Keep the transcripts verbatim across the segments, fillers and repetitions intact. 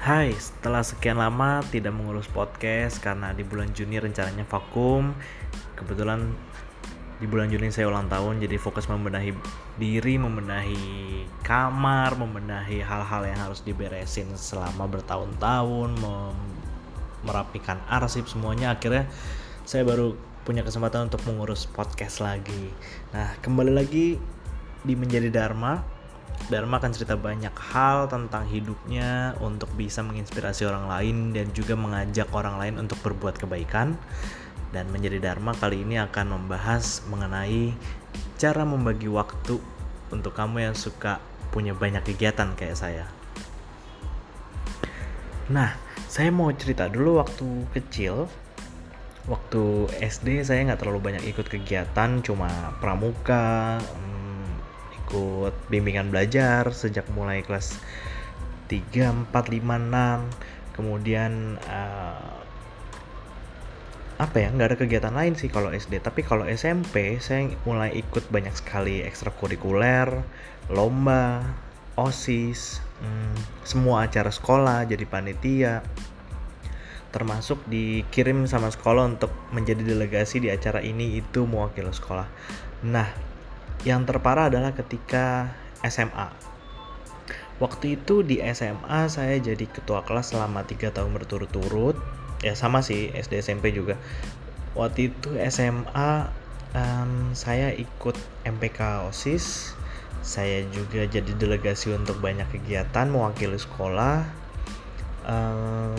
Hai, setelah sekian lama tidak mengurus podcast karena di bulan Juni rencananya vakum. Kebetulan di bulan Juni saya ulang tahun, jadi fokus membenahi diri, membenahi kamar, membenahi hal-hal yang harus diberesin selama bertahun-tahun, mem- merapikan arsip semuanya. Akhirnya saya baru punya kesempatan untuk mengurus podcast lagi. Nah, kembali lagi di Menjadi Dharma. Dharma akan cerita banyak hal tentang hidupnya untuk bisa menginspirasi orang lain dan juga mengajak orang lain untuk berbuat kebaikan. Dan Menjadi Dharma kali ini akan membahas mengenai cara membagi waktu untuk kamu yang suka punya banyak kegiatan kayak saya. Nah, saya mau cerita dulu waktu kecil. Waktu S D saya nggak terlalu banyak ikut kegiatan, cuma pramuka, ikut bimbingan belajar sejak mulai kelas tiga, empat, lima, enam. Kemudian uh, apa ya, nggak ada kegiatan lain sih kalau S D. Tapi kalau S M P saya mulai ikut banyak sekali ekstrakurikuler, lomba, OSIS, hmm, semua acara sekolah, jadi panitia. Termasuk dikirim sama sekolah untuk menjadi delegasi di acara ini itu mewakili sekolah. Nah, yang terparah adalah ketika S M A. Waktu itu di S M A saya jadi ketua kelas selama tiga tahun berturut-turut. Ya sama sih, S D S M P juga. Waktu itu S M A um, saya ikut M P K OSIS. Saya juga jadi delegasi untuk banyak kegiatan mewakili sekolah. Um,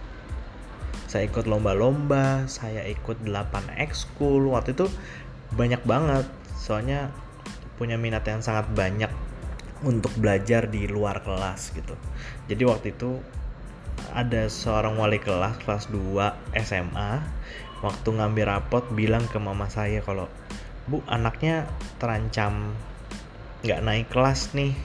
saya ikut lomba-lomba, saya ikut delapan ekskul. Waktu itu banyak banget. Soalnya punya minat yang sangat banyak untuk belajar di luar kelas gitu. Jadi waktu itu ada seorang wali kelas kelas dua S M A waktu ngambil rapot bilang ke mama saya kalau, "Bu, anaknya terancam gak naik kelas nih."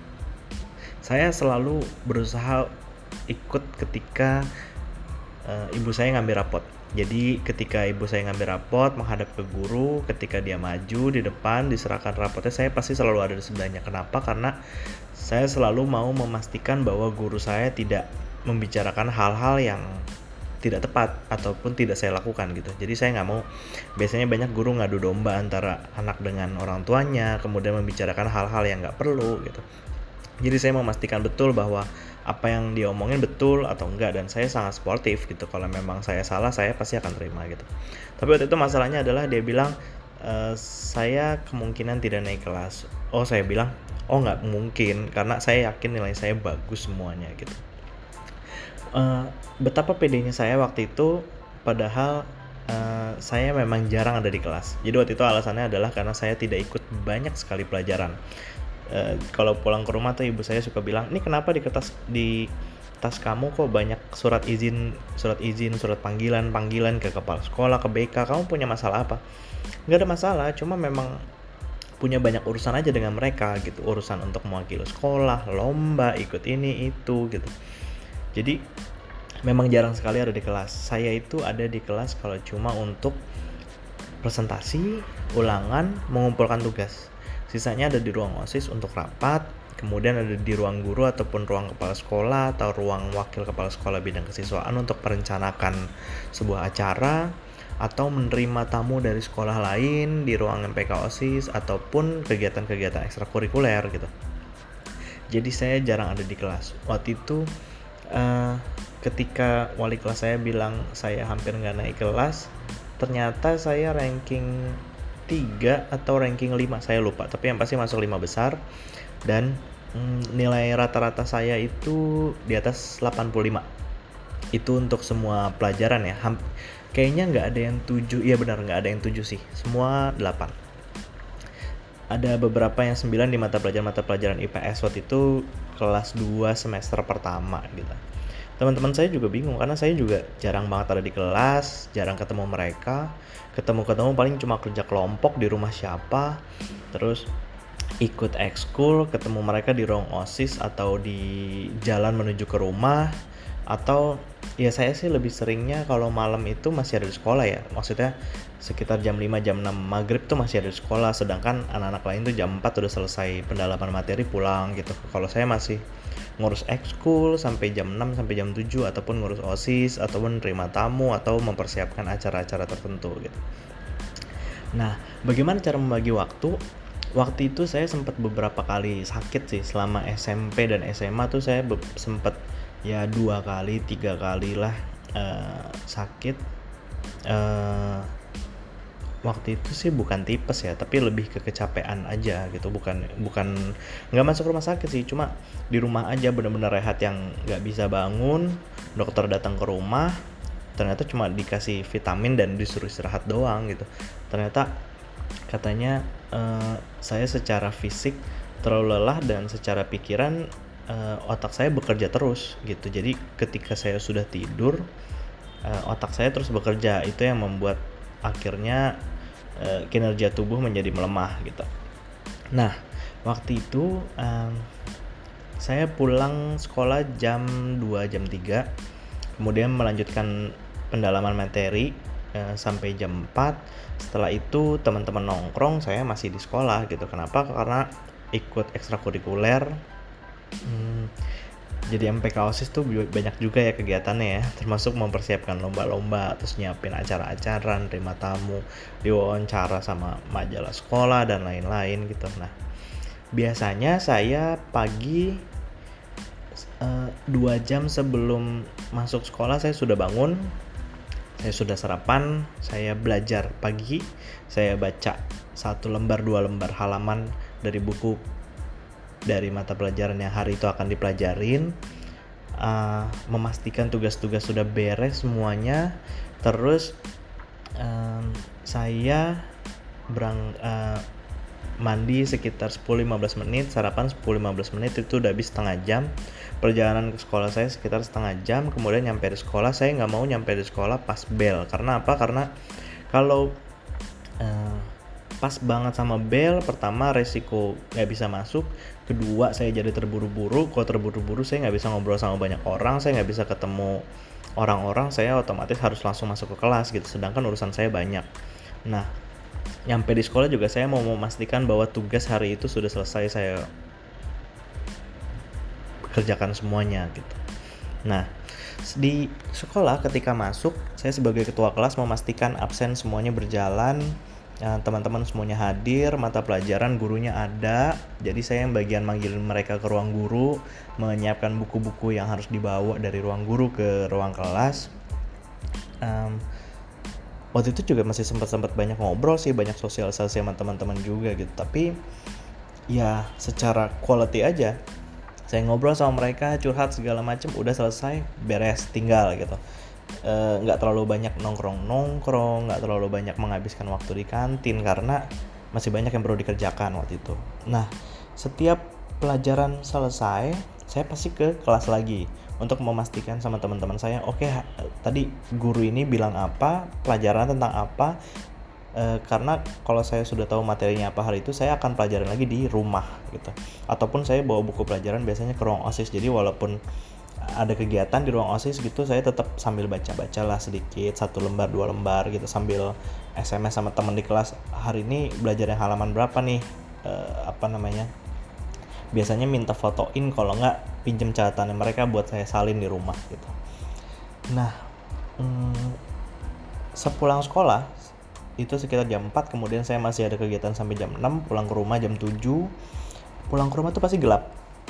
Saya selalu berusaha ikut ketika uh, ibu saya ngambil rapot. Jadi ketika ibu saya ngambil rapot menghadap ke guru, ketika dia maju di depan diserahkan rapotnya, saya pasti selalu ada di sebelahnya. Kenapa? Karena saya selalu mau memastikan bahwa guru saya tidak membicarakan hal-hal yang tidak tepat ataupun tidak saya lakukan gitu. Jadi saya nggak mau, biasanya banyak guru ngadu domba antara anak dengan orang tuanya, kemudian membicarakan hal-hal yang nggak perlu gitu. Jadi saya memastikan betul bahwa apa yang dia omongin betul atau enggak, dan saya sangat sportif gitu. Kalau memang saya salah, saya pasti akan terima gitu. Tapi waktu itu masalahnya adalah dia bilang e, saya kemungkinan tidak naik kelas. Oh, saya bilang, oh nggak mungkin karena saya yakin nilai saya bagus semuanya gitu. E, betapa pedenya saya waktu itu, padahal e, saya memang jarang ada di kelas. Jadi waktu itu alasannya adalah karena saya tidak ikut banyak sekali pelajaran. Uh, kalau pulang ke rumah tuh ibu saya suka bilang, "Ini kenapa di kertas di tas kamu kok banyak surat izin, surat izin, surat panggilan, panggilan ke kepala sekolah, ke B K, kamu punya masalah apa?" Nggak ada masalah, cuma memang punya banyak urusan aja dengan mereka gitu, urusan untuk mewakili sekolah, lomba, ikut ini itu gitu. Jadi memang jarang sekali ada di kelas. Saya itu ada di kelas kalau cuma untuk presentasi, ulangan, mengumpulkan tugas. Sisanya ada di ruang OSIS untuk rapat, kemudian ada di ruang guru ataupun ruang kepala sekolah atau ruang wakil kepala sekolah bidang kesiswaan untuk merencanakan sebuah acara atau menerima tamu dari sekolah lain di ruang M P K OSIS ataupun kegiatan-kegiatan ekstrakurikuler gitu. Jadi saya jarang ada di kelas. Waktu itu uh, ketika wali kelas saya bilang saya hampir nggak naik kelas, ternyata saya ranking tiga atau ranking lima, saya lupa, tapi yang pasti masuk lima besar. Dan mm, nilai rata-rata saya itu di atas delapan puluh lima. Itu untuk semua pelajaran ya. Hamp- kayaknya nggak ada yang tujuh, iya benar nggak ada yang tujuh sih, semua delapan. Ada beberapa yang sembilan di mata pelajaran-mata pelajaran I P S waktu itu kelas dua semester pertama gitu. Teman-teman saya juga bingung karena saya juga jarang banget ada di kelas, jarang ketemu mereka. Ketemu-ketemu paling cuma kerja kelompok di rumah siapa, terus ikut ekskul, ketemu mereka di ruang OSIS atau di jalan menuju ke rumah, atau ya saya sih lebih seringnya kalau malam itu masih ada di sekolah ya. Maksudnya sekitar jam lima, jam enam maghrib tuh masih ada di sekolah, sedangkan anak-anak lain tuh jam empat udah selesai pendalaman materi pulang gitu. Kalau saya masih ngurus ekskul sampai jam enam sampai jam tujuh, ataupun ngurus OSIS, ataupun terima tamu, atau mempersiapkan acara-acara tertentu gitu. Nah, bagaimana cara membagi waktu? Waktu itu saya sempat beberapa kali sakit sih selama S M P dan S M A tuh saya be- sempat ya dua kali, tiga kali lah eh, sakit. Eh, Waktu itu sih bukan tipes ya, tapi lebih ke kecapean aja gitu, bukan bukan nggak masuk rumah sakit sih, cuma di rumah aja bener-bener rehat yang nggak bisa bangun. Dokter datang ke rumah, ternyata cuma dikasih vitamin dan disuruh istirahat doang gitu. Ternyata katanya eh, saya secara fisik terlalu lelah dan secara pikiran eh, otak saya bekerja terus gitu. Jadi ketika saya sudah tidur, eh, otak saya terus bekerja, itu yang membuat akhirnya eh, kinerja tubuh menjadi melemah gitu. Nah, waktu itu em, saya pulang sekolah jam dua, jam tiga, kemudian melanjutkan pendalaman materi eh, sampai jam empat. Setelah itu teman-teman nongkrong, saya masih di sekolah gitu. Kenapa? Karena ikut ekstrakurikuler. Hmm, jadi M P K OSIS tuh banyak juga ya kegiatannya ya, termasuk mempersiapkan lomba-lomba, terus nyiapin acara-acara, terima tamu, diwawancara sama majalah sekolah dan lain-lain gitu. Nah, biasanya saya pagi eh, dua jam sebelum masuk sekolah saya sudah bangun, saya sudah sarapan, saya belajar pagi, saya baca satu lembar dua lembar halaman dari buku dari mata pelajaran yang hari itu akan dipelajarin, uh, memastikan tugas-tugas sudah beres semuanya. Terus um, saya berang uh, mandi sekitar sepuluh sampai lima belas menit, sarapan sepuluh sampai lima belas menit, itu udah habis setengah jam. Perjalanan ke sekolah saya sekitar setengah jam, kemudian nyampe di sekolah. Saya nggak mau nyampe di sekolah pas bel, karena apa? Karena kalau uh, pas banget sama bel, pertama resiko nggak bisa masuk, kedua saya jadi terburu-buru. Kalau terburu-buru saya nggak bisa ngobrol sama banyak orang, saya nggak bisa ketemu orang-orang, saya otomatis harus langsung masuk ke kelas gitu, sedangkan urusan saya banyak. Nah, nyampe di sekolah juga saya mau memastikan bahwa tugas hari itu sudah selesai saya kerjakan semuanya gitu. Nah, di sekolah ketika masuk, saya sebagai ketua kelas memastikan absen semuanya berjalan, ya, teman-teman semuanya hadir, mata pelajaran gurunya ada. Jadi saya yang bagian manggilin mereka ke ruang guru, menyiapkan buku-buku yang harus dibawa dari ruang guru ke ruang kelas. Um, waktu itu juga masih sempat-sempat banyak ngobrol sih, banyak sosialisasi sama teman-teman juga gitu. Tapi ya secara quality aja, saya ngobrol sama mereka, curhat segala macam, udah selesai, beres, tinggal gitu. Nggak uh, terlalu banyak nongkrong-nongkrong, nggak terlalu banyak menghabiskan waktu di kantin karena masih banyak yang perlu dikerjakan waktu itu. Nah, setiap pelajaran selesai, saya pasti ke kelas lagi untuk memastikan sama teman-teman saya, oke, okay, tadi guru ini bilang apa, pelajaran tentang apa. E, karena kalau saya sudah tahu materinya apa hari itu, saya akan pelajaran lagi di rumah gitu. Ataupun saya bawa buku pelajaran biasanya ke ruang OSIS. Jadi walaupun ada kegiatan di ruang OSIS gitu, saya tetap sambil baca-baca lah sedikit, satu lembar dua lembar gitu, sambil S M S sama teman di kelas, hari ini belajar yang halaman berapa nih, e, apa namanya, biasanya minta fotoin, kalau nggak pinjem catatannya mereka buat saya salin di rumah gitu. Nah, hmm, sepulang sekolah itu sekitar jam empat, kemudian saya masih ada kegiatan sampai jam enam, pulang ke rumah jam tujuh. Pulang ke rumah tuh pasti gelap.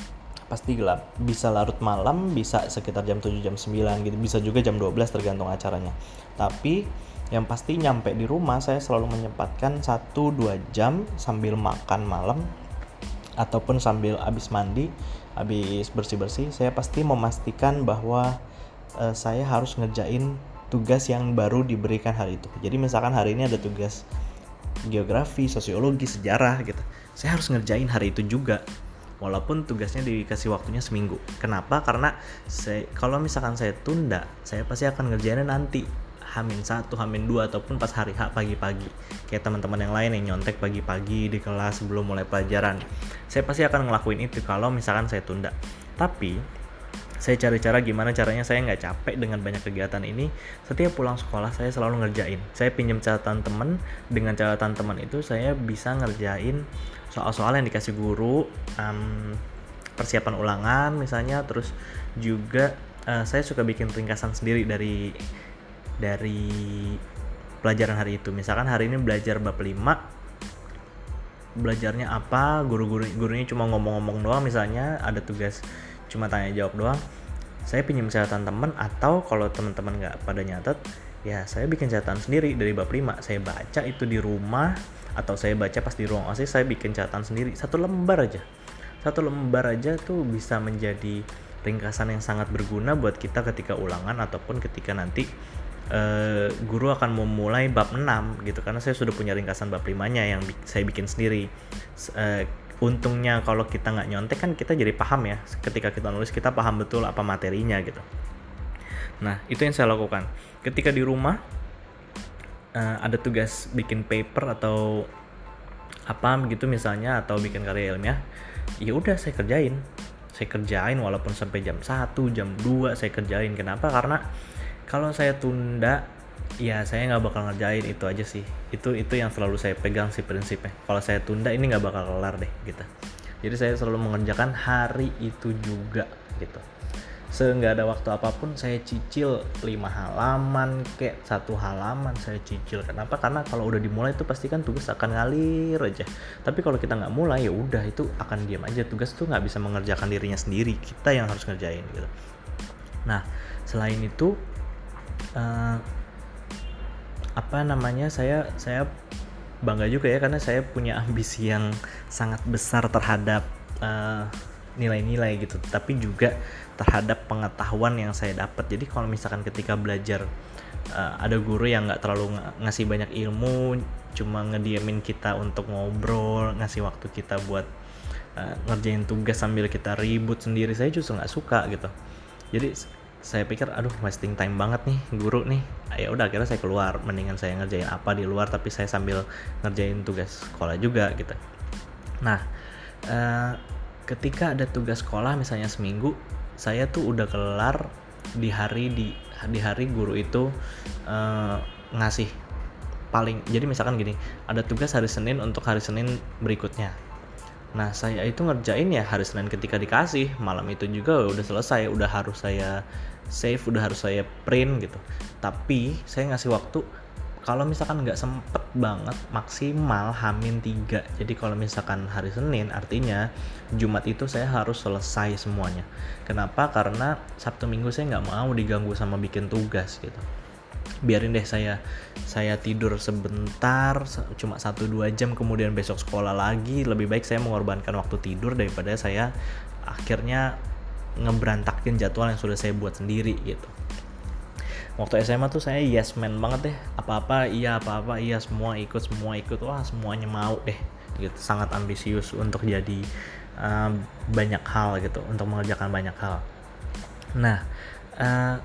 Pasti gelap. Bisa larut malam, bisa sekitar jam tujuh, jam sembilan gitu, bisa juga jam dua belas tergantung acaranya. Tapi yang pasti nyampe di rumah saya selalu menyempatkan satu sampai dua jam sambil makan malam ataupun sambil habis mandi, habis bersih-bersih, saya pasti memastikan bahwa uh, saya harus ngerjain tugas yang baru diberikan hari itu. Jadi misalkan hari ini ada tugas geografi, sosiologi, sejarah gitu, saya harus ngerjain hari itu juga, walaupun tugasnya dikasih waktunya seminggu. Kenapa? Karena saya, kalau misalkan saya tunda, saya pasti akan ngerjainnya nanti Hamin satu, Hamin dua, ataupun pas hari H pagi-pagi. Kayak teman-teman yang lain yang nyontek pagi-pagi di kelas sebelum mulai pelajaran, saya pasti akan ngelakuin itu kalau misalkan saya tunda. Tapi saya cari cara gimana caranya saya nggak capek dengan banyak kegiatan ini. Setiap pulang sekolah saya selalu ngerjain. Saya pinjam catatan teman. Dengan catatan teman itu saya bisa ngerjain soal-soal yang dikasih guru. Um, persiapan ulangan misalnya, terus juga uh, saya suka bikin ringkasan sendiri dari dari pelajaran hari itu. Misalkan hari ini belajar bab lima, belajarnya apa, guru-guru gurunya cuma ngomong-ngomong doang, misalnya ada tugas cuma tanya jawab doang, saya pinjam catatan teman, atau kalau teman-teman nggak pada nyatet, ya saya bikin catatan sendiri dari bab lima, saya baca itu di rumah, atau saya baca pas di ruang OSIS, saya bikin catatan sendiri, satu lembar aja satu lembar aja tuh bisa menjadi ringkasan yang sangat berguna buat kita ketika ulangan, ataupun ketika nanti Uh, guru akan memulai bab enam gitu, karena saya sudah punya ringkasan bab limanya yang bi- saya bikin sendiri. Uh, untungnya kalau kita nggak nyontek kan kita jadi paham ya, ketika kita nulis kita paham betul apa materinya gitu. Nah itu yang saya lakukan ketika di rumah. Uh, ada tugas bikin paper atau apa gitu misalnya, atau bikin karya ilmiah, ya udah saya kerjain saya kerjain walaupun sampai jam satu, jam dua saya kerjain. Kenapa? Karena kalau saya tunda, ya saya nggak bakal ngerjain itu aja sih. Itu itu yang selalu saya pegang sih prinsipnya. Kalau saya tunda ini nggak bakal kelar deh gitu. Jadi saya selalu mengerjakan hari itu juga gitu. Seenggak ada waktu apapun saya cicil lima halaman kayak satu halaman saya cicil. Kenapa? Karena kalau udah dimulai itu pasti kan tugas akan ngalir aja. Tapi kalau kita nggak mulai, ya udah itu akan diam aja. Tugas tuh nggak bisa mengerjakan dirinya sendiri. Kita yang harus ngerjain gitu. Nah selain itu Uh, apa namanya saya saya bangga juga ya, karena saya punya ambisi yang sangat besar terhadap uh, nilai-nilai gitu, tapi juga terhadap pengetahuan yang saya dapat. Jadi kalau misalkan ketika belajar uh, ada guru yang nggak terlalu ng- ngasih banyak ilmu, cuma ngediamin kita untuk ngobrol, ngasih waktu kita buat uh, ngerjain tugas sambil kita ribut sendiri, saya justru nggak suka gitu. Jadi saya pikir aduh wasting time banget nih guru nih. Ya udah akhirnya saya keluar, mendingan saya ngerjain apa di luar tapi saya sambil ngerjain tugas sekolah juga gitu. Nah uh, ketika ada tugas sekolah misalnya seminggu, saya tuh udah kelar di hari di di hari guru itu uh, ngasih paling, jadi misalkan gini, ada tugas hari Senin untuk hari Senin berikutnya. Nah saya itu ngerjain ya hari Senin ketika dikasih, malam itu juga udah selesai, udah harus saya save, udah harus saya print gitu. Tapi saya ngasih waktu, kalau misalkan nggak sempet banget maksimal hamin tiga. Jadi kalau misalkan hari Senin artinya Jumat itu saya harus selesai semuanya. Kenapa? Karena Sabtu Minggu saya nggak mau diganggu sama bikin tugas gitu. Biarin deh saya saya tidur sebentar cuma satu dua jam kemudian besok sekolah lagi. Lebih baik saya mengorbankan waktu tidur daripada saya akhirnya ngeberantakin jadwal yang sudah saya buat sendiri gitu. Waktu S M A tuh saya yes man banget deh, apa-apa iya, apa-apa iya, semua ikut, semua ikut, wah semuanya mau deh gitu. Sangat ambisius untuk jadi uh, banyak hal gitu, untuk mengerjakan banyak hal. Nah uh,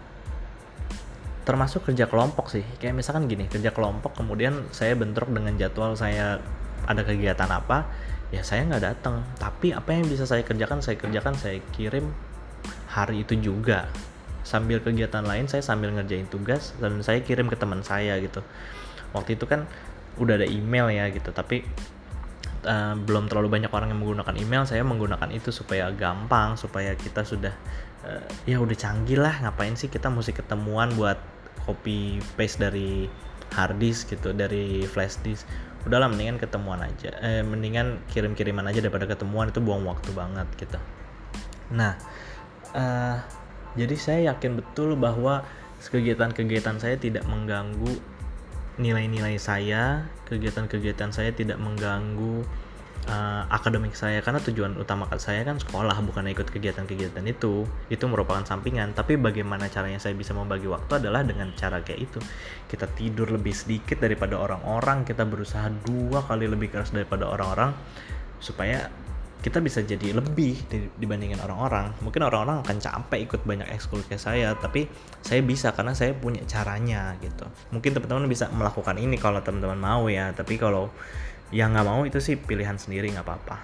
termasuk kerja kelompok sih, kayak misalkan gini, kerja kelompok kemudian saya bentrok dengan jadwal saya, ada kegiatan apa ya saya nggak datang, tapi apa yang bisa saya kerjakan saya kerjakan, saya kirim hari itu juga sambil kegiatan lain, saya sambil ngerjain tugas dan saya kirim ke teman saya gitu. Waktu itu kan udah ada email ya gitu, tapi uh, belum terlalu banyak orang yang menggunakan email. Saya menggunakan itu supaya gampang, supaya kita sudah uh, ya udah canggih lah, ngapain sih kita mesti ketemuan buat copy paste dari hard disk gitu, dari flash disk. Udahlah mendingan ketemuan aja, eh, mendingan kirim-kiriman aja daripada ketemuan, itu buang waktu banget gitu. Nah uh, jadi saya yakin betul bahwa kegiatan-kegiatan saya tidak mengganggu nilai-nilai saya, kegiatan-kegiatan saya tidak mengganggu uh, akademik saya, karena tujuan utama saya kan sekolah, bukan ikut kegiatan-kegiatan itu. Itu merupakan sampingan. Tapi bagaimana caranya saya bisa membagi waktu adalah dengan cara kayak itu. Kita tidur lebih sedikit daripada orang-orang, kita berusaha dua kali lebih keras daripada orang-orang, supaya kita bisa jadi lebih dibandingin orang-orang. Mungkin orang-orang akan capek ikut banyak ekskul kayak saya, tapi saya bisa karena saya punya caranya gitu. Mungkin teman-teman bisa melakukan ini kalau teman-teman mau ya, tapi kalau yang nggak mau itu sih pilihan sendiri, nggak apa-apa.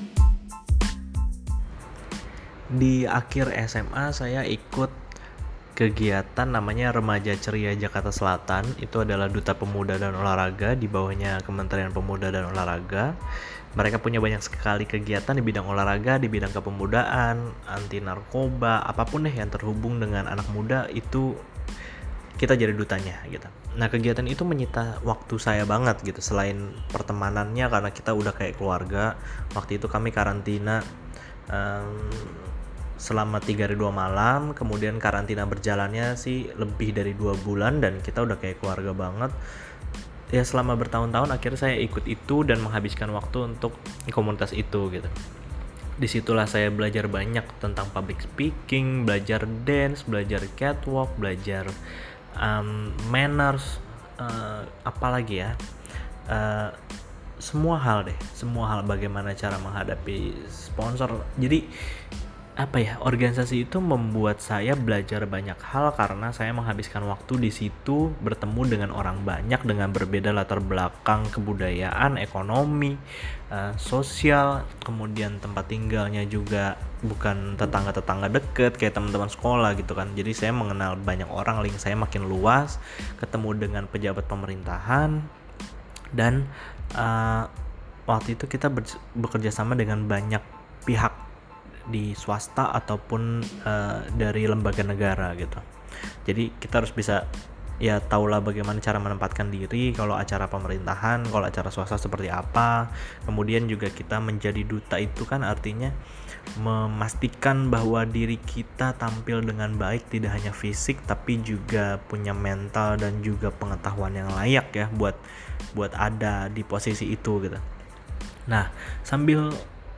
Di akhir S M A saya ikut kegiatan namanya Remaja Ceria Jakarta Selatan. Itu adalah Duta Pemuda dan Olahraga di bawahnya Kementerian Pemuda dan Olahraga. Mereka punya banyak sekali kegiatan di bidang olahraga, di bidang kepemudaan, anti narkoba, apapun deh yang terhubung dengan anak muda itu kita jadi dutanya gitu. Nah, kegiatan itu menyita waktu saya banget gitu. Selain pertemanannya karena kita udah kayak keluarga. Waktu itu kami karantina um, selama tiga hari dua malam, kemudian karantina berjalannya sih lebih dari dua bulan dan kita udah kayak keluarga banget. Ya selama bertahun-tahun akhirnya saya ikut itu dan menghabiskan waktu untuk komunitas itu gitu. Disitulah saya belajar banyak tentang public speaking, belajar dance, belajar catwalk, belajar um, manners, uh, apalagi ya, uh, semua hal deh, semua hal bagaimana cara menghadapi sponsor. Jadi apa ya, organisasi itu membuat saya belajar banyak hal karena saya menghabiskan waktu di situ bertemu dengan orang banyak dengan berbeda latar belakang kebudayaan, ekonomi, uh, sosial, kemudian tempat tinggalnya juga bukan tetangga-tetangga deket kayak teman-teman sekolah gitu kan. Jadi saya mengenal banyak orang, link saya makin luas, ketemu dengan pejabat pemerintahan dan uh, waktu itu kita ber- bekerja sama dengan banyak pihak di swasta ataupun uh, dari lembaga negara gitu. Jadi kita harus bisa ya tahulah bagaimana cara menempatkan diri kalau acara pemerintahan, kalau acara swasta seperti apa. Kemudian juga kita menjadi duta itu kan artinya memastikan bahwa diri kita tampil dengan baik, tidak hanya fisik tapi juga punya mental dan juga pengetahuan yang layak ya buat buat ada di posisi itu gitu. Nah, sambil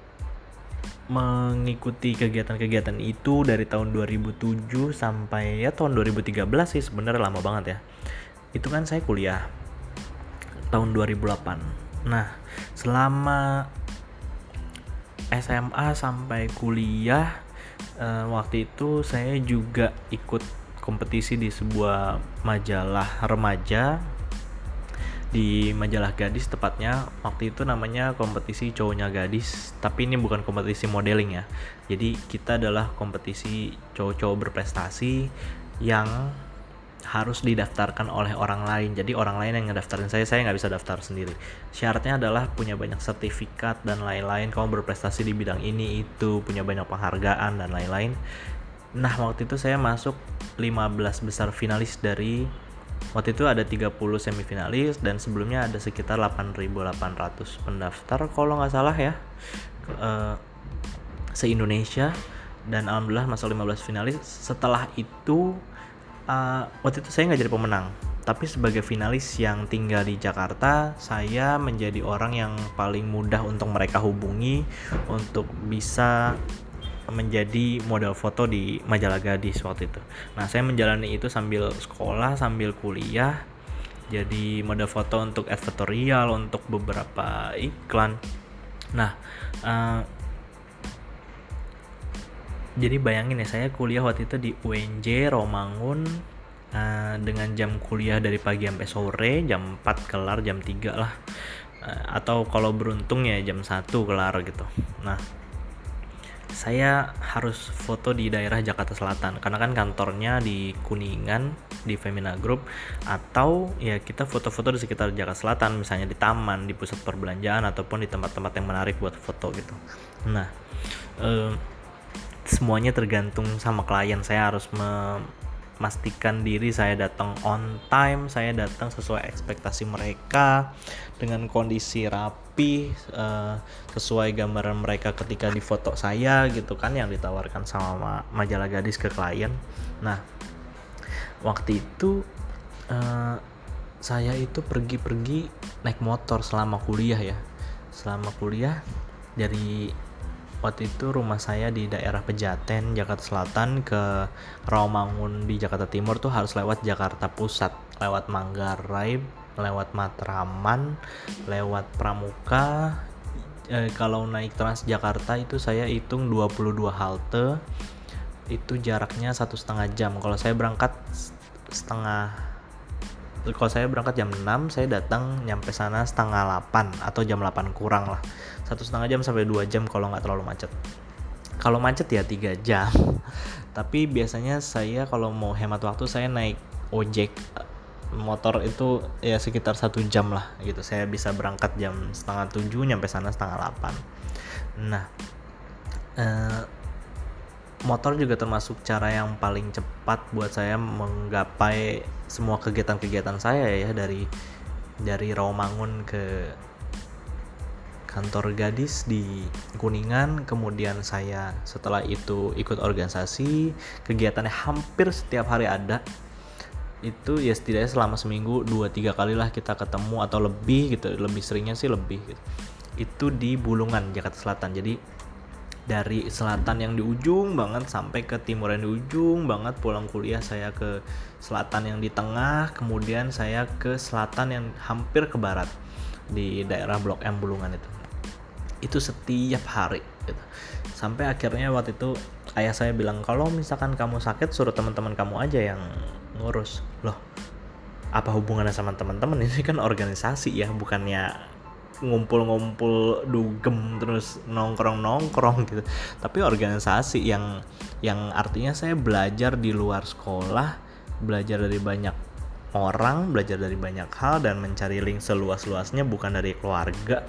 mengikuti kegiatan-kegiatan itu dari tahun dua ribu tujuh sampai ya tahun dua ribu tiga belas sih, sebenarnya lama banget ya. Itu kan saya kuliah tahun dua ribu delapan. Nah, selama S M A sampai kuliah eh, waktu itu saya juga ikut kompetisi di sebuah majalah remaja, di majalah Gadis tepatnya. Waktu itu namanya kompetisi cowoknya Gadis, tapi ini bukan kompetisi modeling ya. Jadi kita adalah kompetisi cowok-cowok berprestasi yang harus didaftarkan oleh orang lain. Jadi orang lain yang ngedaftarin saya, saya nggak bisa daftar sendiri. Syaratnya adalah punya banyak sertifikat dan lain-lain, kamu berprestasi di bidang ini itu, punya banyak penghargaan dan lain-lain. Nah, waktu itu saya masuk lima belas besar finalis dari waktu itu ada tiga puluh semifinalis dan sebelumnya ada sekitar delapan ribu delapan ratus pendaftar kalau nggak salah ya, uh, se-Indonesia, dan alhamdulillah masuk lima belas finalis. Setelah itu uh, waktu itu saya nggak jadi pemenang, tapi sebagai finalis yang tinggal di Jakarta, saya menjadi orang yang paling mudah untuk mereka hubungi untuk bisa menjadi model foto di majalah Gadis waktu itu. Nah, saya menjalani itu sambil sekolah, sambil kuliah, jadi model foto untuk advertorial, untuk beberapa iklan. Nah, uh, jadi bayangin ya, saya kuliah waktu itu di U N J Romangun uh, dengan jam kuliah dari pagi sampai sore, jam empat kelar, jam tiga lah, uh, atau kalau beruntung ya jam satu kelar gitu. Nah, saya harus foto di daerah Jakarta Selatan karena kan kantornya di Kuningan di Femina Group, atau ya kita foto-foto di sekitar Jakarta Selatan, misalnya di taman, di pusat perbelanjaan ataupun di tempat-tempat yang menarik buat foto gitu. Nah, eh, semuanya tergantung sama klien. Saya harus memastikan diri saya datang on time, saya datang sesuai ekspektasi mereka dengan kondisi rapi, uh, sesuai gambaran mereka ketika di foto saya gitu kan, yang ditawarkan sama majalah Gadis ke klien. Nah, waktu itu uh, saya itu pergi-pergi naik motor selama kuliah ya. Selama kuliah dari waktu itu rumah saya di daerah Pejaten, Jakarta Selatan ke Rawamangun di Jakarta Timur tuh harus lewat Jakarta Pusat, lewat Manggarai, lewat Matraman, lewat Pramuka. E, kalau naik Transjakarta itu saya hitung dua puluh dua halte, itu jaraknya satu setengah jam. Kalau saya berangkat setengah kalau saya berangkat jam enam, saya datang nyampe sana setengah delapan atau jam delapan kurang lah, satu setengah jam sampai dua jam kalau nggak terlalu macet. Kalau macet ya tiga jam. Tapi biasanya saya kalau mau hemat waktu saya naik ojek motor itu ya sekitar satu jam lah gitu. Saya bisa berangkat jam setengah tujuh, nyampe sana setengah delapan. Nah, eh, motor juga termasuk cara yang paling cepat buat saya menggapai semua kegiatan-kegiatan saya ya, dari dari Rawamangun ke kantor Gadis di Kuningan. Kemudian saya setelah itu ikut organisasi, kegiatannya hampir setiap hari ada. Itu ya setidaknya selama seminggu dua tiga kali lah kita ketemu atau lebih gitu, lebih seringnya sih lebih gitu. Itu di Bulungan, Jakarta Selatan. Jadi dari selatan yang di ujung banget sampai ke timur yang di ujung banget, pulang kuliah saya ke selatan yang di tengah, kemudian saya ke selatan yang hampir ke barat di daerah Blok M Bulungan itu. Itu setiap hari gitu. Sampai akhirnya waktu itu ayah saya bilang, kalau misalkan kamu sakit suruh teman-teman kamu aja yang ngurus. Loh, apa hubungannya sama teman-teman? Ini kan organisasi ya, bukannya ngumpul-ngumpul dugem terus nongkrong-nongkrong gitu. Tapi organisasi yang yang artinya saya belajar di luar sekolah, belajar dari banyak orang, belajar dari banyak hal, dan mencari link seluas-luasnya bukan dari keluarga.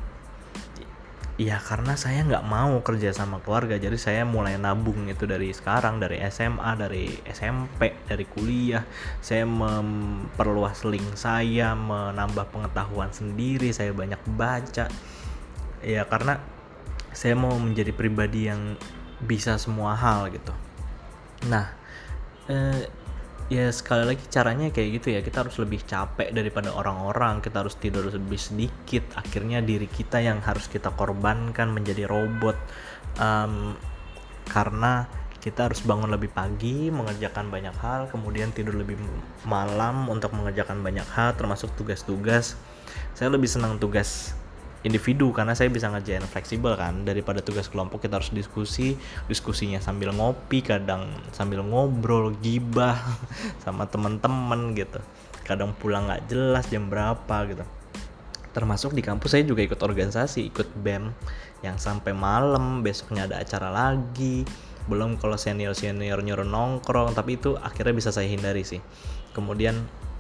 Ya karena saya nggak mau kerja sama keluarga, jadi saya mulai nabung itu dari sekarang, dari S M A, dari S M P, dari kuliah. Saya memperluas link saya, menambah pengetahuan sendiri, saya banyak baca. Ya karena saya mau menjadi pribadi yang bisa semua hal gitu. Nah, eh, ya sekali lagi caranya kayak gitu ya, kita harus lebih capek daripada orang-orang, kita harus tidur lebih sedikit, akhirnya diri kita yang harus kita korbankan menjadi robot, um, karena kita harus bangun lebih pagi mengerjakan banyak hal, kemudian tidur lebih malam untuk mengerjakan banyak hal termasuk tugas-tugas. Saya lebih senang tugas individu karena saya bisa ngerjain fleksibel kan, daripada tugas kelompok kita harus diskusi, diskusinya sambil ngopi, kadang sambil ngobrol, gibah sama teman-teman gitu, kadang pulang nggak jelas jam berapa gitu. Termasuk di kampus saya juga ikut organisasi, ikut B E M yang sampai malam, besoknya ada acara lagi, belum kalau senior-senior nyuruh nongkrong, tapi itu akhirnya bisa saya hindari sih. Kemudian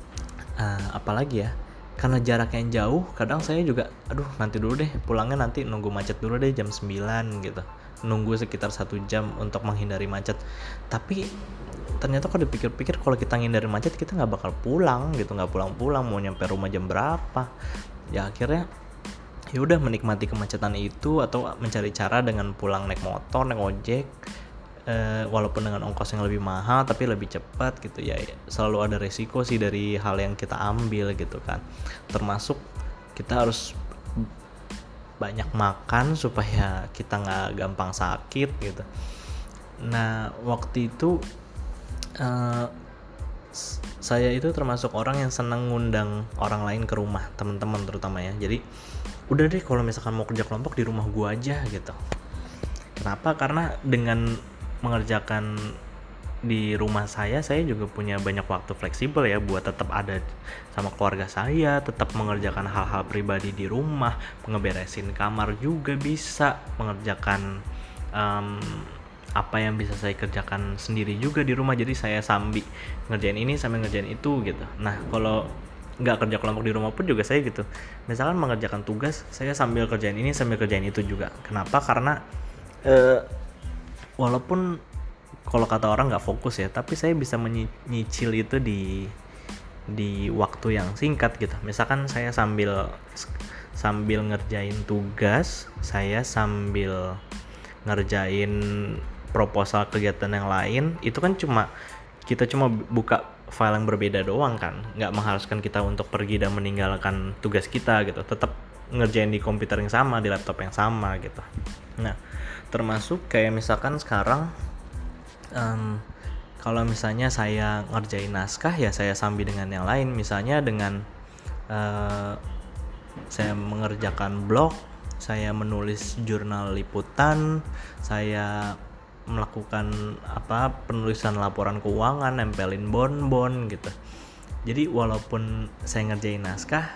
uh, apalagi ya, karena jarak yang jauh, kadang saya juga aduh nanti dulu deh pulangnya, nanti nunggu macet dulu deh jam sembilan gitu, nunggu sekitar satu jam untuk menghindari macet. Tapi ternyata kalau dipikir-pikir, kalau kita ngindari macet kita nggak bakal pulang gitu, nggak pulang-pulang, mau nyampe rumah jam berapa. Ya akhirnya ya udah menikmati kemacetan itu, atau mencari cara dengan pulang naik motor, naik ojek, Uh, walaupun dengan ongkos yang lebih mahal tapi lebih cepat gitu ya. Selalu ada resiko sih dari hal yang kita ambil gitu kan, termasuk kita harus banyak makan supaya kita nggak gampang sakit gitu. Nah waktu itu uh, saya itu termasuk orang yang senang ngundang orang lain ke rumah, teman-teman terutama ya. Jadi udah deh kalau misalkan mau kerja kelompok di rumah gua aja gitu. Kenapa? Karena dengan mengerjakan di rumah saya, saya juga punya banyak waktu fleksibel ya buat tetap ada sama keluarga saya, tetap mengerjakan hal-hal pribadi di rumah, ngeberesin kamar juga bisa, mengerjakan um, apa yang bisa saya kerjakan sendiri juga di rumah. Jadi saya sambil ngerjain ini sambil ngerjain itu gitu. Nah kalau nggak kerja kelompok di rumah pun juga saya gitu, misalkan mengerjakan tugas, saya sambil kerjain ini sambil kerjain itu juga. Kenapa? Karena uh, walaupun kalau kata orang nggak fokus ya, tapi saya bisa menyicil itu di di waktu yang singkat gitu. Misalkan saya sambil sambil ngerjain tugas, saya sambil ngerjain proposal kegiatan yang lain, itu kan cuma kita cuma buka file yang berbeda doang kan, nggak mengharuskan kita untuk pergi dan meninggalkan tugas kita gitu, tetap ngerjain di komputer yang sama, di laptop yang sama gitu. Nah termasuk kayak misalkan sekarang um, kalau misalnya saya ngerjain naskah ya saya sambil dengan yang lain, misalnya dengan uh, saya mengerjakan blog, saya menulis jurnal liputan, saya melakukan apa penulisan laporan keuangan, nempelin bonbon gitu. Jadi walaupun saya ngerjain naskah,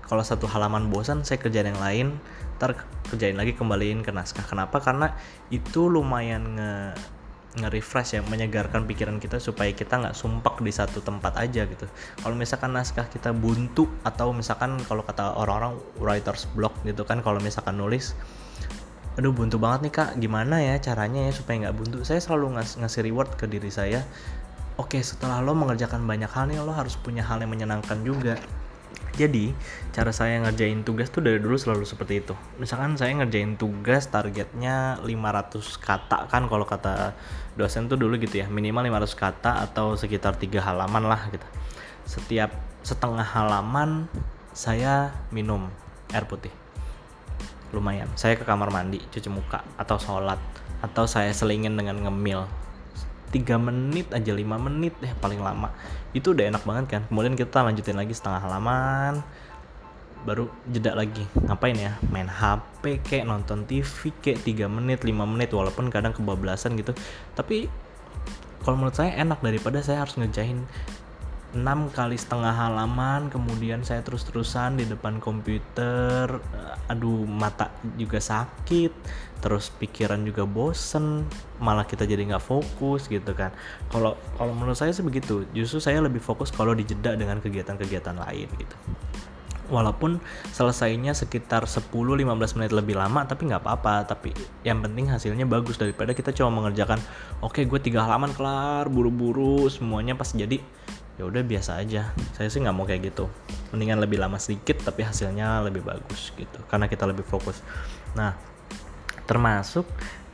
kalau satu halaman bosan saya kerjain yang lain, ntar kerjain lagi kembaliin ke naskah. Kenapa? Karena itu lumayan nge nge-refresh ya, menyegarkan pikiran kita supaya kita nggak sumpek di satu tempat aja gitu. Kalau misalkan naskah kita buntu, atau misalkan kalau kata orang-orang writer's block gitu kan, kalau misalkan nulis, aduh buntu banget nih kak, gimana ya caranya ya supaya nggak buntu. Saya selalu ngas- ngasih reward ke diri saya, oke setelah lo mengerjakan banyak hal nih, lo harus punya hal yang menyenangkan juga. Jadi cara saya ngerjain tugas tuh dari dulu selalu seperti itu. Misalkan saya ngerjain tugas targetnya lima ratus kata kan, kalau kata dosen tuh dulu gitu ya, minimal lima ratus kata atau sekitar tiga halaman lah gitu. Setiap setengah halaman saya minum air putih, lumayan. Saya ke kamar mandi, cuci muka atau sholat, atau saya selingin dengan ngemil tiga menit aja, lima menit deh paling lama. Itu udah enak banget kan. Kemudian kita lanjutin lagi setengah halaman, baru jeda lagi. Ngapain ya? Main H P kek, nonton T V kek, tiga menit, lima menit, walaupun kadang kebablasan gitu. Tapi kalau menurut saya enak daripada saya harus ngerjain enam kali setengah halaman, kemudian saya terus-terusan di depan komputer, aduh mata juga sakit, terus pikiran juga bosen, malah kita jadi nggak fokus gitu kan. Kalau kalau menurut saya sih begitu. Justru saya lebih fokus kalau dijeda dengan kegiatan-kegiatan lain gitu. Walaupun selesainya sekitar sepuluh sampai lima belas menit lebih lama, tapi nggak apa-apa. Tapi yang penting hasilnya bagus, daripada kita cuma mengerjakan, oke okay, gue tiga halaman kelar, buru-buru semuanya, pas jadi ya udah biasa aja. Saya sih nggak mau kayak gitu. Mendingan lebih lama sedikit tapi hasilnya lebih bagus gitu, karena kita lebih fokus. Nah, termasuk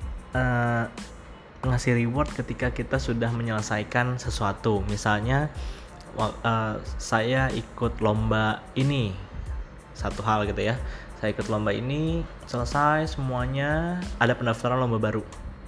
uh, ngasih reward ketika kita sudah menyelesaikan sesuatu. Misalnya uh, saya ikut lomba ini, satu hal gitu ya, saya ikut lomba ini, selesai semuanya, ada pendaftaran lomba baru.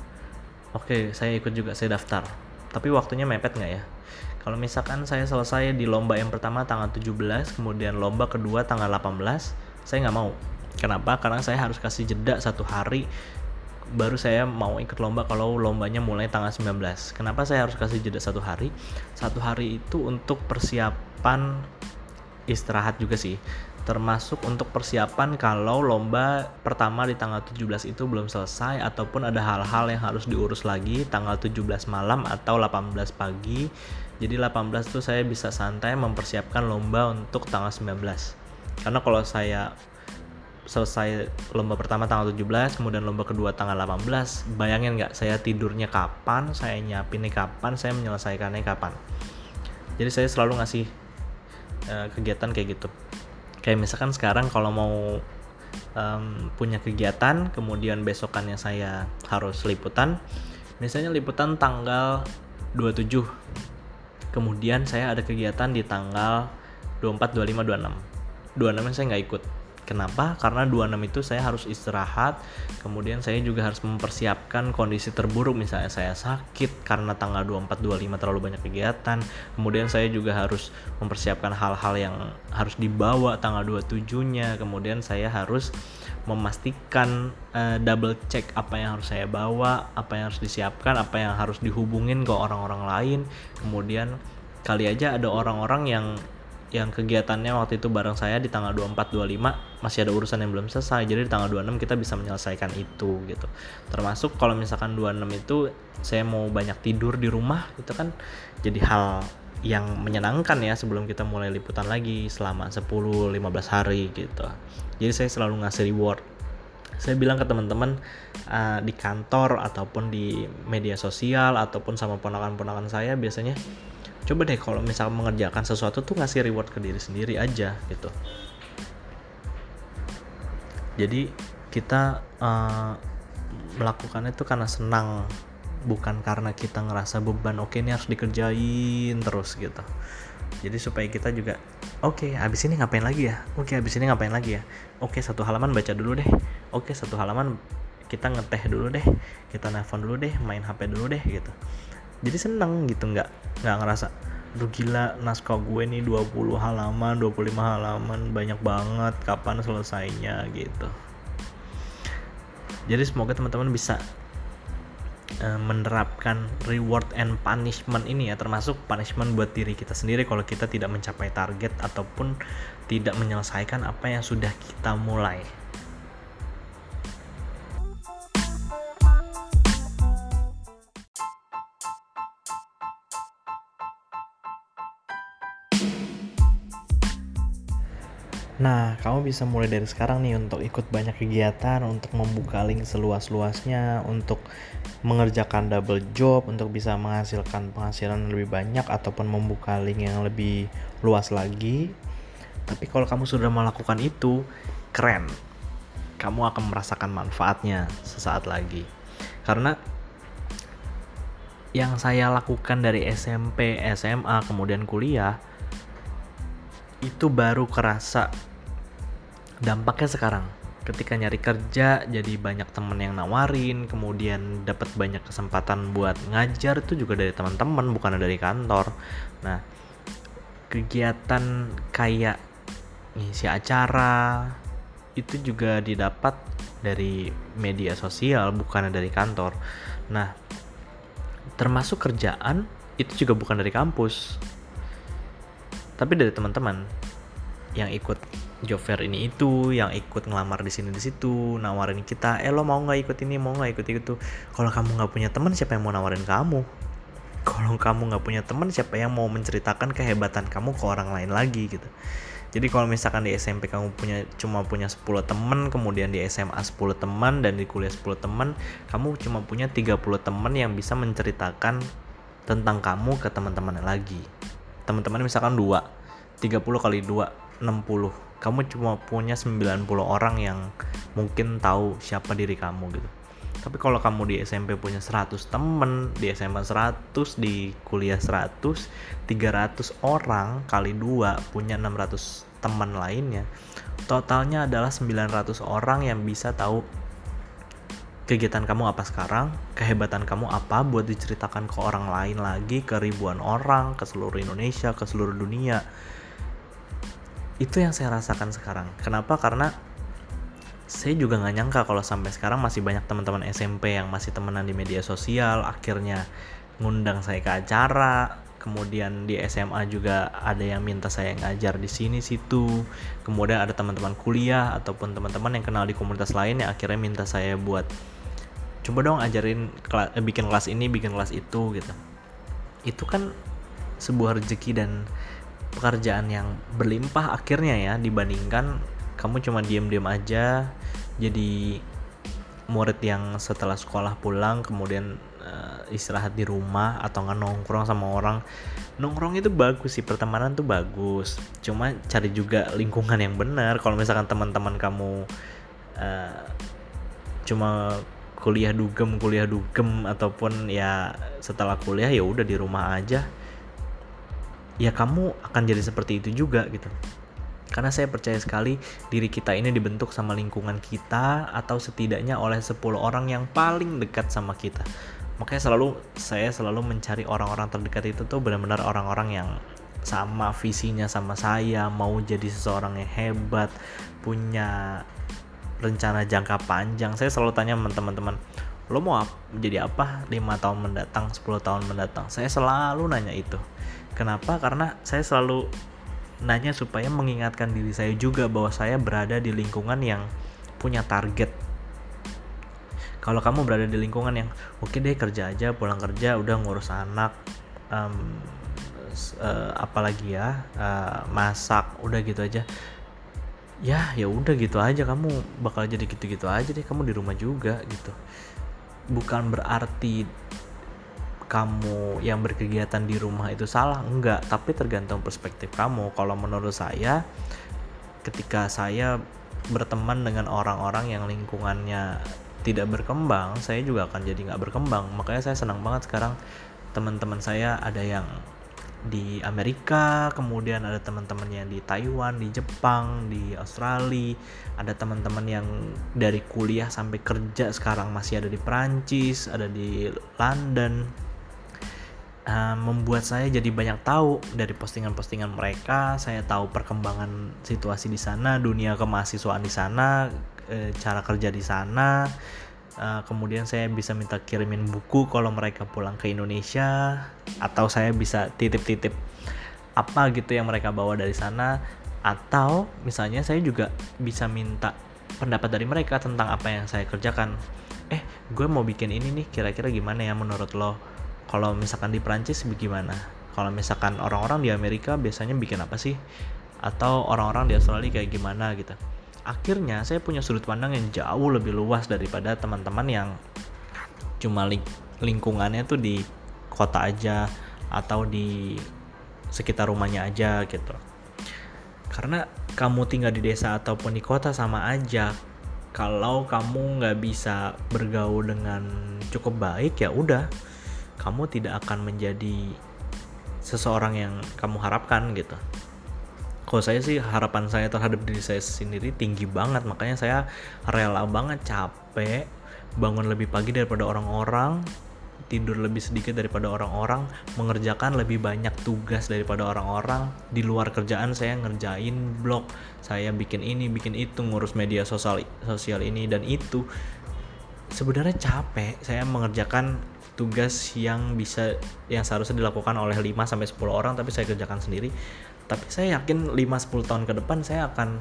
Oke, saya ikut juga, saya daftar. Tapi waktunya mepet nggak ya? Kalau misalkan saya selesai di lomba yang pertama tanggal tujuh belas, kemudian lomba kedua tanggal delapan belas, saya nggak mau. Kenapa? Karena saya harus kasih jeda satu hari, baru saya mau ikut lomba kalau lombanya mulai tanggal sembilan belas. Kenapa saya harus kasih jeda satu hari? Satu hari itu untuk persiapan istirahat juga sih, termasuk untuk persiapan kalau lomba pertama di tanggal tujuh belas itu belum selesai, ataupun ada hal-hal yang harus diurus lagi tanggal tujuh belas malam atau delapan belas pagi. Jadi delapan belas tuh saya bisa santai mempersiapkan lomba untuk tanggal sembilan belas. Karena kalau saya selesai lomba pertama tanggal tujuh belas, kemudian lomba kedua tanggal delapan belas, bayangin nggak saya tidurnya kapan, saya nyiapinnya kapan, saya menyelesaikannya kapan. Jadi saya selalu ngasih uh, kegiatan kayak gitu. Kayak misalkan sekarang kalau mau um, punya kegiatan, kemudian besokannya saya harus liputan, misalnya liputan tanggal dua puluh tujuh, kemudian saya ada kegiatan di tanggal dua puluh empat, dua puluh lima, dua puluh enam. dua puluh enam saya nggak ikut. Kenapa? Karena dua puluh enam itu saya harus istirahat, kemudian saya juga harus mempersiapkan kondisi terburuk, misalnya saya sakit karena tanggal dua puluh empat, dua puluh lima terlalu banyak kegiatan. Kemudian saya juga harus mempersiapkan hal-hal yang harus dibawa tanggal dua puluh tujuh-nya. Kemudian saya harus memastikan uh, double check apa yang harus saya bawa, apa yang harus disiapkan, apa yang harus dihubungin ke orang-orang lain. Kemudian kali aja ada orang-orang yang yang kegiatannya waktu itu bareng saya di tanggal dua puluh empat, dua puluh lima masih ada urusan yang belum selesai, jadi di tanggal dua puluh enam kita bisa menyelesaikan itu gitu. Termasuk kalau misalkan dua puluh enam itu saya mau banyak tidur di rumah, itu kan jadi hal yang menyenangkan ya sebelum kita mulai liputan lagi selama sepuluh sampai lima belas hari gitu. Jadi saya selalu ngasih reward. Saya bilang ke teman-teman uh, di kantor ataupun di media sosial ataupun sama ponakan-ponakan saya, biasanya coba deh kalau misal mengerjakan sesuatu tuh ngasih reward ke diri sendiri aja gitu. Jadi kita uh, melakukannya itu karena senang, bukan karena kita ngerasa beban, oke ini harus dikerjain terus gitu. Jadi supaya kita juga, oke abis ini ngapain lagi ya, oke abis ini ngapain lagi ya, oke satu halaman baca dulu deh, oke satu halaman kita ngeteh dulu deh, kita nelfon dulu deh, main H P dulu deh gitu. Jadi seneng gitu, nggak nggak ngerasa aduh gila naskah gue nih dua puluh halaman, dua puluh lima halaman, banyak banget, kapan selesainya gitu. Jadi semoga teman-teman bisa uh, menerapkan reward and punishment ini ya, termasuk punishment buat diri kita sendiri kalau kita tidak mencapai target ataupun tidak menyelesaikan apa yang sudah kita mulai. Nah, kamu bisa mulai dari sekarang nih untuk ikut banyak kegiatan, untuk membuka link seluas-luasnya, untuk mengerjakan double job, untuk bisa menghasilkan penghasilan lebih banyak ataupun membuka link yang lebih luas lagi. Tapi kalau kamu sudah melakukan itu, keren. Kamu akan merasakan manfaatnya sesaat lagi. Karena yang saya lakukan dari S M P, S M A, kemudian kuliah, itu baru kerasa dampaknya sekarang. Ketika nyari kerja, jadi banyak temen yang nawarin, kemudian dapat banyak kesempatan buat ngajar, itu juga dari teman-teman, bukan dari kantor. Nah, kegiatan kayak ngisi acara itu juga didapat dari media sosial, bukan dari kantor. Nah, termasuk kerjaan itu juga bukan dari kampus, tapi dari teman-teman yang ikut job fair ini itu, yang ikut ngelamar di sini di situ, nawarin kita, eh lo mau nggak ikut ini, mau nggak ikut itu. Kalau kamu nggak punya teman, siapa yang mau nawarin kamu? Kalau kamu nggak punya teman, siapa yang mau menceritakan kehebatan kamu ke orang lain lagi gitu. Jadi kalau misalkan di S M P kamu punya cuma punya sepuluh teman, kemudian di S M A sepuluh teman, dan di kuliah sepuluh teman, kamu cuma punya tiga puluh teman yang bisa menceritakan tentang kamu ke teman-teman lagi. Teman-teman misalkan dua, tiga puluh kali dua, enam puluh. Kamu cuma punya sembilan puluh orang yang mungkin tahu siapa diri kamu gitu. Tapi kalau kamu di S M P punya seratus temen, di S M A seratus, di kuliah seratus, tiga ratus orang kali dua punya enam ratus teman lainnya. Totalnya adalah sembilan ratus orang yang bisa tahu kegiatan kamu apa sekarang, kehebatan kamu apa buat diceritakan ke orang lain lagi, ke ribuan orang, ke seluruh Indonesia, ke seluruh dunia. Itu yang saya rasakan sekarang. Kenapa? Karena saya juga gak nyangka kalau sampai sekarang masih banyak teman-teman S M P yang masih temenan di media sosial, akhirnya ngundang saya ke acara. Kemudian di S M A juga ada yang minta saya ngajar di sini situ. Kemudian ada teman-teman kuliah ataupun teman-teman yang kenal di komunitas lain yang akhirnya minta saya buat coba dong ajarin kelas, eh, bikin kelas ini, bikin kelas itu gitu. Itu kan sebuah rezeki dan pekerjaan yang berlimpah akhirnya ya, dibandingkan kamu cuma diem-diem aja jadi murid yang setelah sekolah pulang kemudian uh, istirahat di rumah atau nggak nongkrong sama orang. Nongkrong itu bagus sih, pertemanan tuh bagus, cuma cari juga lingkungan yang benar. Kalau misalkan teman-teman kamu uh, cuma kuliah dugem kuliah dugem ataupun ya setelah kuliah ya udah di rumah aja, ya kamu akan jadi seperti itu juga gitu. Karena saya percaya sekali diri kita ini dibentuk sama lingkungan kita, atau setidaknya oleh sepuluh orang yang paling dekat sama kita. Makanya selalu saya selalu mencari orang-orang terdekat itu tuh benar-benar orang-orang yang sama visinya sama saya, mau jadi seseorang yang hebat, punya rencana jangka panjang. Saya selalu tanya teman-teman, lo mau ap- jadi apa lima tahun mendatang, sepuluh tahun mendatang? Saya selalu nanya itu. Kenapa? Karena saya selalu nanya supaya mengingatkan diri saya juga bahwa saya berada di lingkungan yang punya target. Kalau kamu berada di lingkungan yang oke deh kerja aja, pulang kerja udah ngurus anak, um, uh, apalagi ya uh, masak, udah gitu aja. Ya, ya udah gitu aja, kamu bakal jadi gitu-gitu aja deh, kamu di rumah juga gitu. Bukan berarti kamu yang berkegiatan di rumah itu salah, enggak, tapi tergantung perspektif kamu. Kalau menurut saya, ketika saya berteman dengan orang-orang yang lingkungannya tidak berkembang, saya juga akan jadi nggak berkembang. Makanya saya senang banget sekarang teman-teman saya ada yang di Amerika, kemudian ada teman-teman yang di Taiwan, di Jepang, di Australia, ada teman-teman yang dari kuliah sampai kerja sekarang masih ada di Perancis, ada di London. Uh, membuat saya jadi banyak tahu dari postingan-postingan mereka. Saya tahu perkembangan situasi di sana, dunia kemahasiswaan di sana, e, cara kerja di sana. Uh, kemudian saya bisa minta kirimin buku kalau mereka pulang ke Indonesia, atau saya bisa titip-titip apa gitu yang mereka bawa dari sana, atau misalnya saya juga bisa minta pendapat dari mereka tentang apa yang saya kerjakan. Eh, gue mau bikin ini nih, kira-kira gimana ya menurut lo? Kalau misalkan di Prancis gimana? Kalau misalkan orang-orang di Amerika biasanya bikin apa sih? Atau orang-orang di Australia kayak gimana gitu. Akhirnya saya punya sudut pandang yang jauh lebih luas daripada teman-teman yang cuma ling- lingkungannya tuh di kota aja atau di sekitar rumahnya aja gitu. Karena kamu tinggal di desa ataupun di kota sama aja. Kalau kamu nggak bisa bergaul dengan cukup baik, ya udah, kamu tidak akan menjadi seseorang yang kamu harapkan gitu. Kalau saya sih, harapan saya terhadap diri saya sendiri tinggi banget, makanya saya rela banget capek, bangun lebih pagi daripada orang-orang, tidur lebih sedikit daripada orang-orang, mengerjakan lebih banyak tugas daripada orang-orang. Di luar kerjaan saya ngerjain blog, saya bikin ini, bikin itu, ngurus media sosial sosial ini dan itu. Sebenarnya capek saya mengerjakan tugas yang bisa yang seharusnya dilakukan oleh lima sampai sepuluh orang, tapi saya kerjakan sendiri. Tapi saya yakin lima sampai sepuluh tahun ke depan saya akan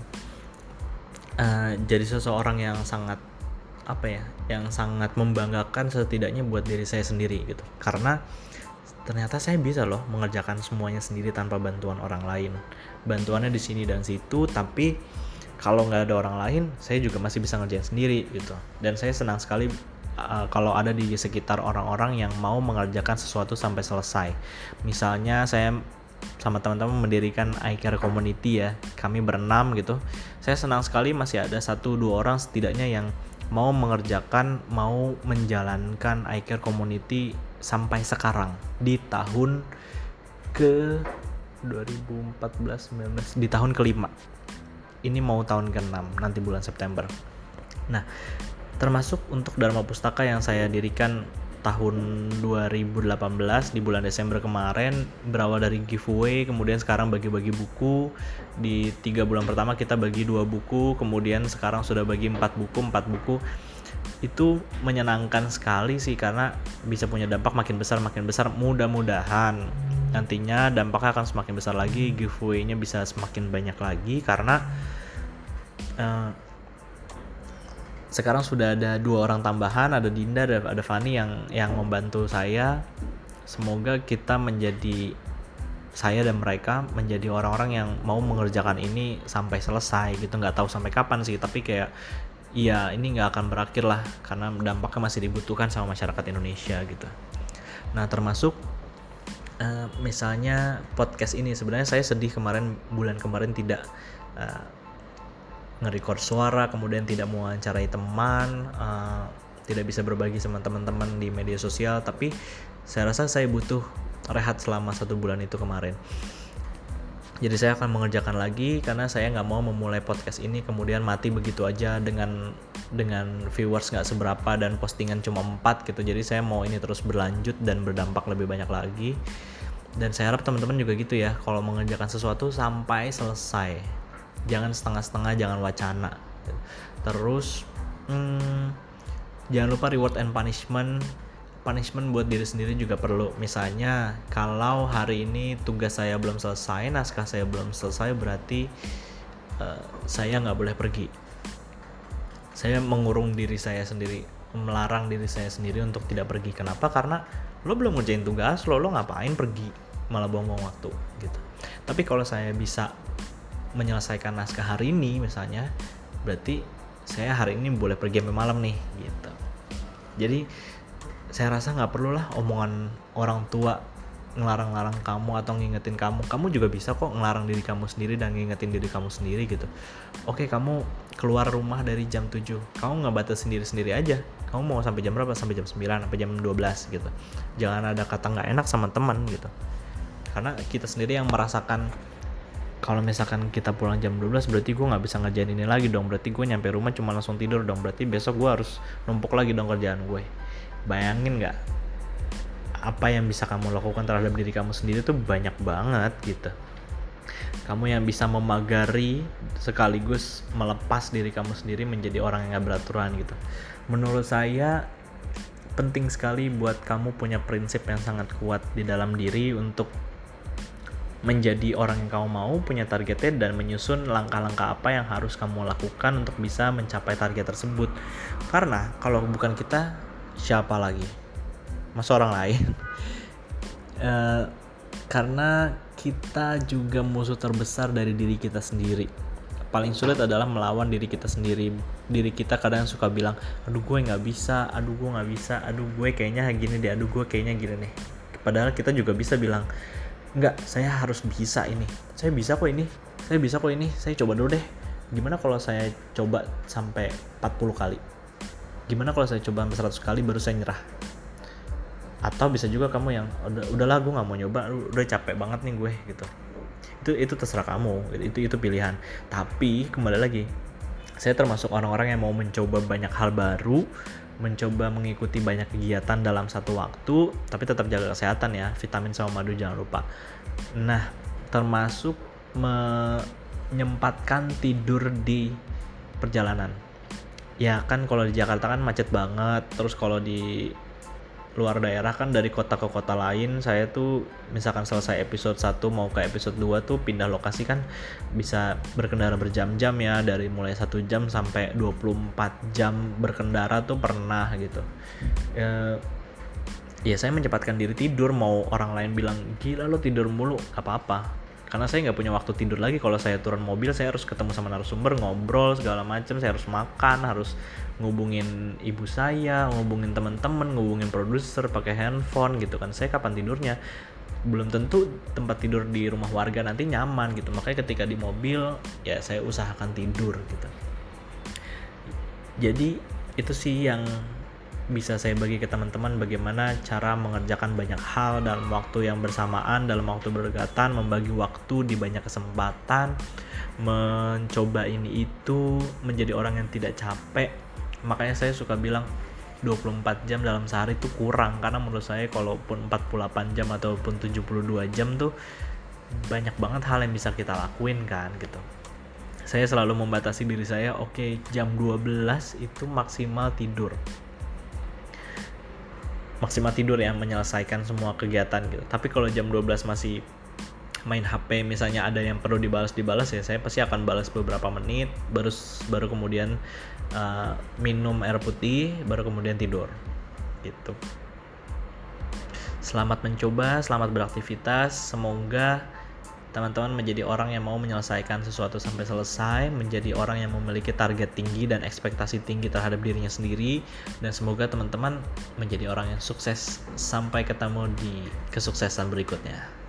uh, jadi seseorang yang sangat apa ya, yang sangat membanggakan setidaknya buat diri saya sendiri gitu. Karena ternyata saya bisa loh mengerjakan semuanya sendiri tanpa bantuan orang lain. Bantuannya di sini dan situ, tapi kalau nggak ada orang lain, saya juga masih bisa ngerjain sendiri gitu. Dan saya senang sekali uh, kalau ada di sekitar orang-orang yang mau mengerjakan sesuatu sampai selesai. Misalnya saya sama teman-teman mendirikan iCare Community ya, kami berenam gitu. Saya senang sekali masih ada satu dua orang setidaknya yang mau mengerjakan, mau menjalankan iCare Community sampai sekarang di tahun ke dua ribu empat belas sembilan belas, di tahun kelima. Ini mau tahun keenam nanti bulan September. Nah, termasuk untuk Dharma Pustaka yang saya dirikan tahun dua ribu delapan belas di bulan Desember kemarin, berawal dari giveaway, kemudian sekarang bagi-bagi buku. Di tiga bulan pertama kita bagi dua buku, kemudian sekarang sudah bagi empat buku, empat buku. Itu menyenangkan sekali sih, karena bisa punya dampak makin besar, makin besar. Mudah-mudahan nantinya dampaknya akan semakin besar lagi, giveaway-nya bisa semakin banyak lagi, karena uh, sekarang sudah ada dua orang tambahan, ada Dinda, ada, ada Fani yang yang membantu saya. Semoga kita menjadi, saya dan mereka menjadi orang-orang yang mau mengerjakan ini sampai selesai gitu. Nggak tahu sampai kapan sih, tapi kayak iya, ini nggak akan berakhir lah, karena dampaknya masih dibutuhkan sama masyarakat Indonesia gitu. Nah, termasuk uh, misalnya podcast ini, sebenarnya saya sedih kemarin, bulan kemarin tidak uh, nge-record suara, kemudian tidak mewawancarai teman, uh, tidak bisa berbagi sama teman-teman di media sosial. Tapi saya rasa saya butuh rehat selama satu bulan itu kemarin. Jadi saya akan mengerjakan lagi, karena saya nggak mau memulai podcast ini kemudian mati begitu aja dengan dengan viewers nggak seberapa dan postingan cuma empat gitu. Jadi saya mau ini terus berlanjut dan berdampak lebih banyak lagi. Dan saya harap teman-teman juga gitu ya, kalau mengerjakan sesuatu sampai selesai. Jangan setengah-setengah, jangan wacana. Terus hmm, jangan lupa reward and punishment. Punishment buat diri sendiri juga perlu. Misalnya kalau hari ini tugas saya belum selesai, naskah saya belum selesai, berarti uh, saya nggak boleh pergi. Saya mengurung diri saya sendiri, melarang diri saya sendiri untuk tidak pergi. Kenapa? Karena lo belum ngerjain tugas lo, lo ngapain pergi, malah buang-buang waktu gitu. Tapi kalau saya bisa menyelesaikan naskah hari ini misalnya, berarti saya hari ini boleh pergi sampai malam nih gitu. Jadi saya rasa nggak perlu lah omongan orang tua ngelarang-larang kamu atau ngingetin kamu. Kamu juga bisa kok ngelarang diri kamu sendiri dan ngingetin diri kamu sendiri gitu. Oke, kamu keluar rumah dari jam tujuh, kamu nggak batas sendiri-sendiri aja. Kamu mau sampai jam berapa? Sampai jam sembilan, sampai jam dua belas gitu. Jangan ada kata nggak enak sama teman gitu. Karena kita sendiri yang merasakan, kalau misalkan kita pulang jam dua belas, berarti gue nggak bisa ngerjain ini lagi dong. Berarti gue nyampe rumah cuma langsung tidur dong. Berarti besok gue harus numpuk lagi dong kerjaan gue. Bayangin nggak, apa yang bisa kamu lakukan terhadap diri kamu sendiri tuh banyak banget gitu. Kamu yang bisa memagari sekaligus melepas diri kamu sendiri menjadi orang yang nggak beraturan gitu. Menurut saya penting sekali buat kamu punya prinsip yang sangat kuat di dalam diri untuk menjadi orang yang kamu mau, punya targetnya, dan menyusun langkah-langkah apa yang harus kamu lakukan untuk bisa mencapai target tersebut. Karena kalau bukan kita, siapa lagi? Masa orang lain? e, karena kita juga musuh terbesar dari diri kita sendiri. Paling sulit adalah melawan diri kita sendiri. Diri kita kadang suka bilang, aduh gue nggak bisa, aduh gue nggak bisa, aduh gue kayaknya gini deh, aduh gue kayaknya gini nih. Padahal kita juga bisa bilang, enggak, saya harus bisa ini, saya bisa kok ini, saya bisa kok ini, saya coba dulu deh. Gimana kalau saya coba sampai empat puluh kali? Gimana kalau saya coba sampai seratus kali baru saya nyerah? Atau bisa juga kamu yang udah udahlah gue nggak mau nyoba, udah capek banget nih gue gitu. Itu itu terserah kamu, itu itu pilihan. Tapi kembali lagi, saya termasuk orang-orang yang mau mencoba banyak hal baru, mencoba mengikuti banyak kegiatan dalam satu waktu, tapi tetap jaga kesehatan ya, vitamin sama madu jangan lupa. Nah, termasuk menyempatkan tidur di perjalanan. Ya kan kalau di Jakarta kan macet banget, terus kalau di luar daerah kan dari kota ke kota lain, saya tuh misalkan selesai episode satu mau ke episode dua tuh pindah lokasi kan bisa berkendara berjam-jam ya, dari mulai satu jam sampai dua puluh empat jam berkendara tuh pernah gitu. Ya, ya saya menyempatkan diri tidur, mau orang lain bilang gila lo tidur mulu, gak apa-apa. Karena saya nggak punya waktu tidur lagi. Kalau saya turun mobil, saya harus ketemu sama narasumber, ngobrol segala macam. Saya harus makan, harus ngubungin ibu saya, ngubungin teman-teman, ngubungin produser pakai handphone gitu kan. Saya kapan tidurnya? Belum tentu tempat tidur di rumah warga nanti nyaman gitu. Makanya ketika di mobil, ya saya usahakan tidur gitu. Jadi itu sih yang bisa saya bagi ke teman-teman, bagaimana cara mengerjakan banyak hal dalam waktu yang bersamaan, dalam waktu berdekatan, membagi waktu di banyak kesempatan, mencoba ini itu, menjadi orang yang tidak capek. Makanya saya suka bilang dua puluh empat jam dalam sehari itu kurang, karena menurut saya kalaupun empat puluh delapan jam ataupun tujuh puluh dua jam tuh banyak banget hal yang bisa kita lakuin kan gitu. Saya selalu membatasi diri saya, oke okay, jam dua belas itu maksimal tidur. Maksimal tidur ya, menyelesaikan semua kegiatan gitu. Tapi kalau jam dua belas masih main H P, misalnya ada yang perlu dibalas-dibalas ya, saya pasti akan balas beberapa menit, baru baru kemudian uh, minum air putih, baru kemudian tidur gitu. Selamat mencoba, selamat beraktivitas. Semoga teman-teman menjadi orang yang mau menyelesaikan sesuatu sampai selesai, menjadi orang yang memiliki target tinggi dan ekspektasi tinggi terhadap dirinya sendiri, dan semoga teman-teman menjadi orang yang sukses sampai ketemu di kesuksesan berikutnya.